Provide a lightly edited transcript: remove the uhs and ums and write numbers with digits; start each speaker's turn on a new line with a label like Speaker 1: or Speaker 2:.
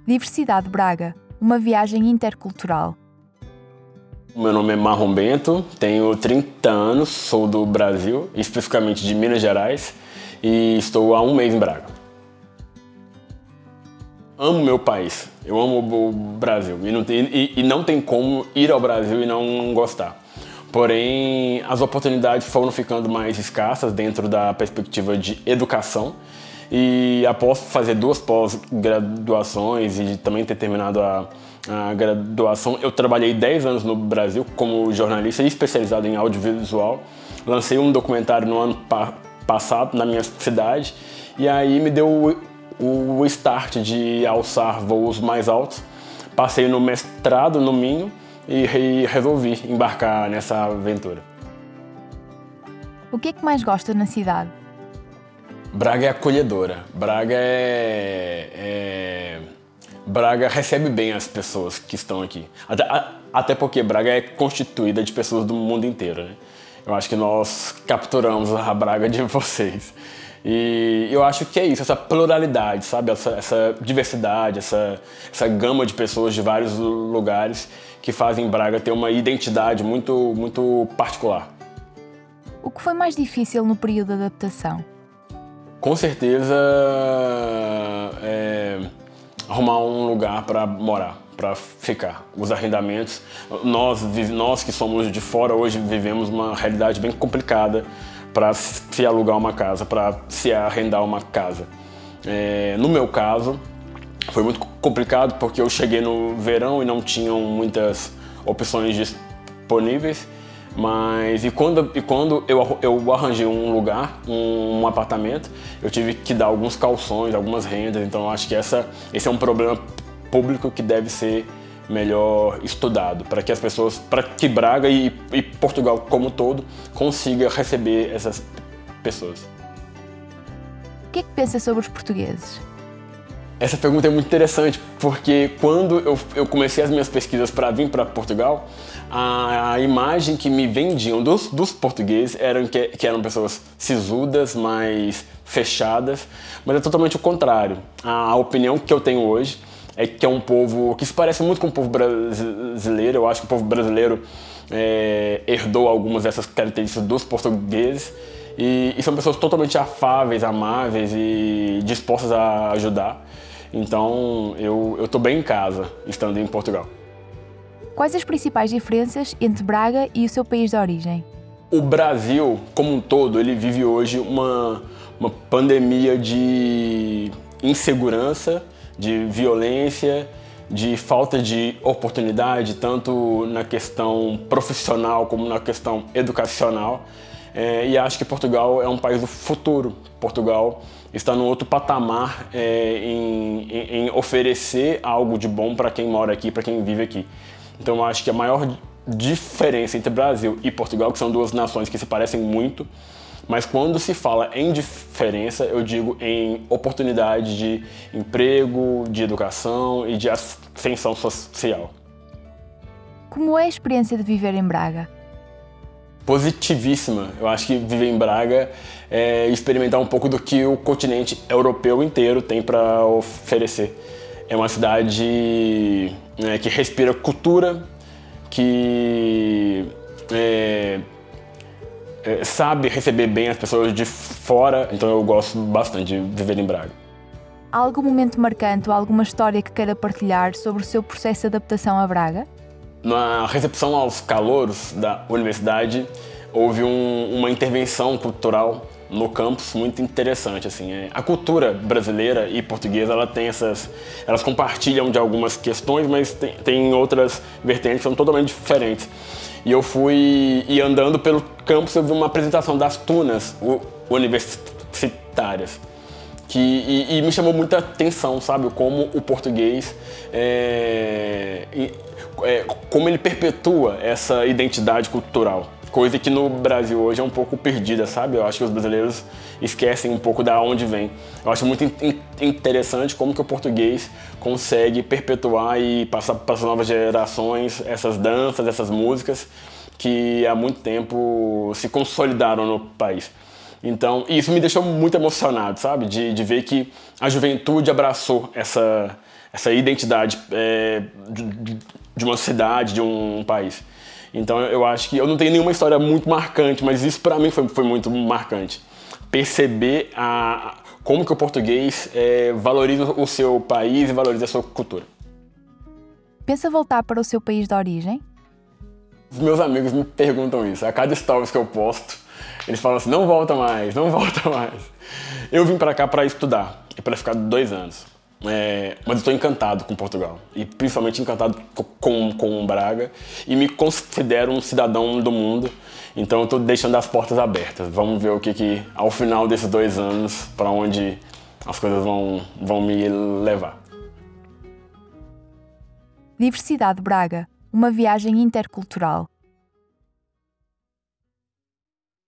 Speaker 1: Diversidade Braga, uma viagem intercultural.
Speaker 2: Meu nome é Marrom Bento, tenho 30 anos, sou do Brasil, especificamente de Minas Gerais, e estou há um mês em Braga. Amo meu país, eu amo o Brasil e não tem como ir ao Brasil e não gostar. Porém, as oportunidades foram ficando mais escassas dentro da perspectiva de educação e após fazer 2 pós-graduações e também ter terminado a graduação, eu trabalhei 10 anos no Brasil como jornalista especializado em audiovisual. Lancei um documentário no ano passado na minha cidade e aí me deu o start de alçar voos mais altos. Passei no mestrado no Minho e resolvi embarcar nessa aventura.
Speaker 1: O que é que mais gosta na cidade?
Speaker 2: Braga é acolhedora. Braga recebe bem as pessoas que estão aqui. Até porque Braga é constituída de pessoas do mundo inteiro, né? Eu acho que nós capturamos a Braga de vocês. E eu acho que é isso, essa pluralidade, sabe? Essa diversidade, essa gama de pessoas de vários lugares que fazem Braga ter uma identidade muito, muito particular.
Speaker 1: O que foi mais difícil no período de adaptação?
Speaker 2: Com certeza, arrumar um lugar para morar, para ficar. Os arrendamentos, nós que somos de fora hoje vivemos uma realidade bem complicada para se alugar uma casa, para se arrendar uma casa. No meu caso, foi muito complicado porque eu cheguei no verão e não tinham muitas opções disponíveis. Mas quando eu arranjei um lugar, um apartamento, eu tive que dar alguns calções, algumas rendas. Então eu acho que esse é um problema público que deve ser melhor estudado para que as pessoas, para que Braga e Portugal como um todo consiga receber essas pessoas.
Speaker 1: O que é que pensa sobre os portugueses?
Speaker 2: Essa pergunta é muito interessante porque quando eu comecei as minhas pesquisas para vir para Portugal, a imagem que me vendiam dos portugueses que eram pessoas sisudas, mais fechadas, mas é totalmente o contrário. A opinião que eu tenho hoje é que é um povo que se parece muito com o povo brasileiro. Eu acho que o povo brasileiro herdou algumas dessas características dos portugueses e são pessoas totalmente afáveis, amáveis e dispostas a ajudar. Então eu tô bem em casa estando em Portugal.
Speaker 1: Quais as principais diferenças entre Braga e o seu país de origem?
Speaker 2: O Brasil, como um todo, ele vive hoje uma pandemia de insegurança, de violência, de falta de oportunidade, tanto na questão profissional como na questão educacional. E acho que Portugal é um país do futuro. Portugal está num outro patamar em oferecer algo de bom para quem mora aqui, para quem vive aqui. Então eu acho que a maior diferença entre Brasil e Portugal, que são 2 nações que se parecem muito, mas quando se fala em diferença, eu digo em oportunidade de emprego, de educação e de ascensão social.
Speaker 1: Como é a experiência de viver em Braga?
Speaker 2: Positivíssima. Eu acho que viver em Braga é experimentar um pouco do que o continente europeu inteiro tem para oferecer. É uma cidade que respira cultura, que sabe receber bem as pessoas de fora, então eu gosto bastante de viver em Braga.
Speaker 1: Há algum momento marcante ou alguma história que queira partilhar sobre o seu processo de adaptação a Braga?
Speaker 2: Na recepção aos calouros da universidade, houve uma intervenção cultural no campus muito interessante. Assim. A cultura brasileira e portuguesa, elas compartilham de algumas questões, mas tem outras vertentes que são totalmente diferentes. E eu fui andando pelo campus, eu vi uma apresentação das tunas universitárias. E me chamou muita atenção, sabe? Como o português, como ele perpetua essa identidade cultural. Coisa que no Brasil hoje é um pouco perdida, sabe? Eu acho que os brasileiros esquecem um pouco da onde vem. Eu acho muito interessante como que o português consegue perpetuar e passar para as novas gerações essas danças, essas músicas que há muito tempo se consolidaram no país. Então, isso me deixou muito emocionado, sabe? De ver que a juventude abraçou essa identidade de uma cidade, de um país. Então, eu acho que eu não tenho nenhuma história muito marcante, mas isso para mim foi muito marcante. Perceber como que o português valoriza o seu país e valoriza a sua cultura.
Speaker 1: Pensa voltar para o seu país de origem?
Speaker 2: Os meus amigos me perguntam isso. A cada stories que eu posto, eles falam assim, não volta mais, não volta mais. Eu vim para cá para estudar e para ficar 2 anos. Mas estou encantado com Portugal. E principalmente encantado com Braga. E me considero um cidadão do mundo. Então eu estou deixando as portas abertas. Vamos ver o que ao final desses 2 anos, para onde as coisas vão me levar.
Speaker 1: Diversidade Braga, uma viagem intercultural.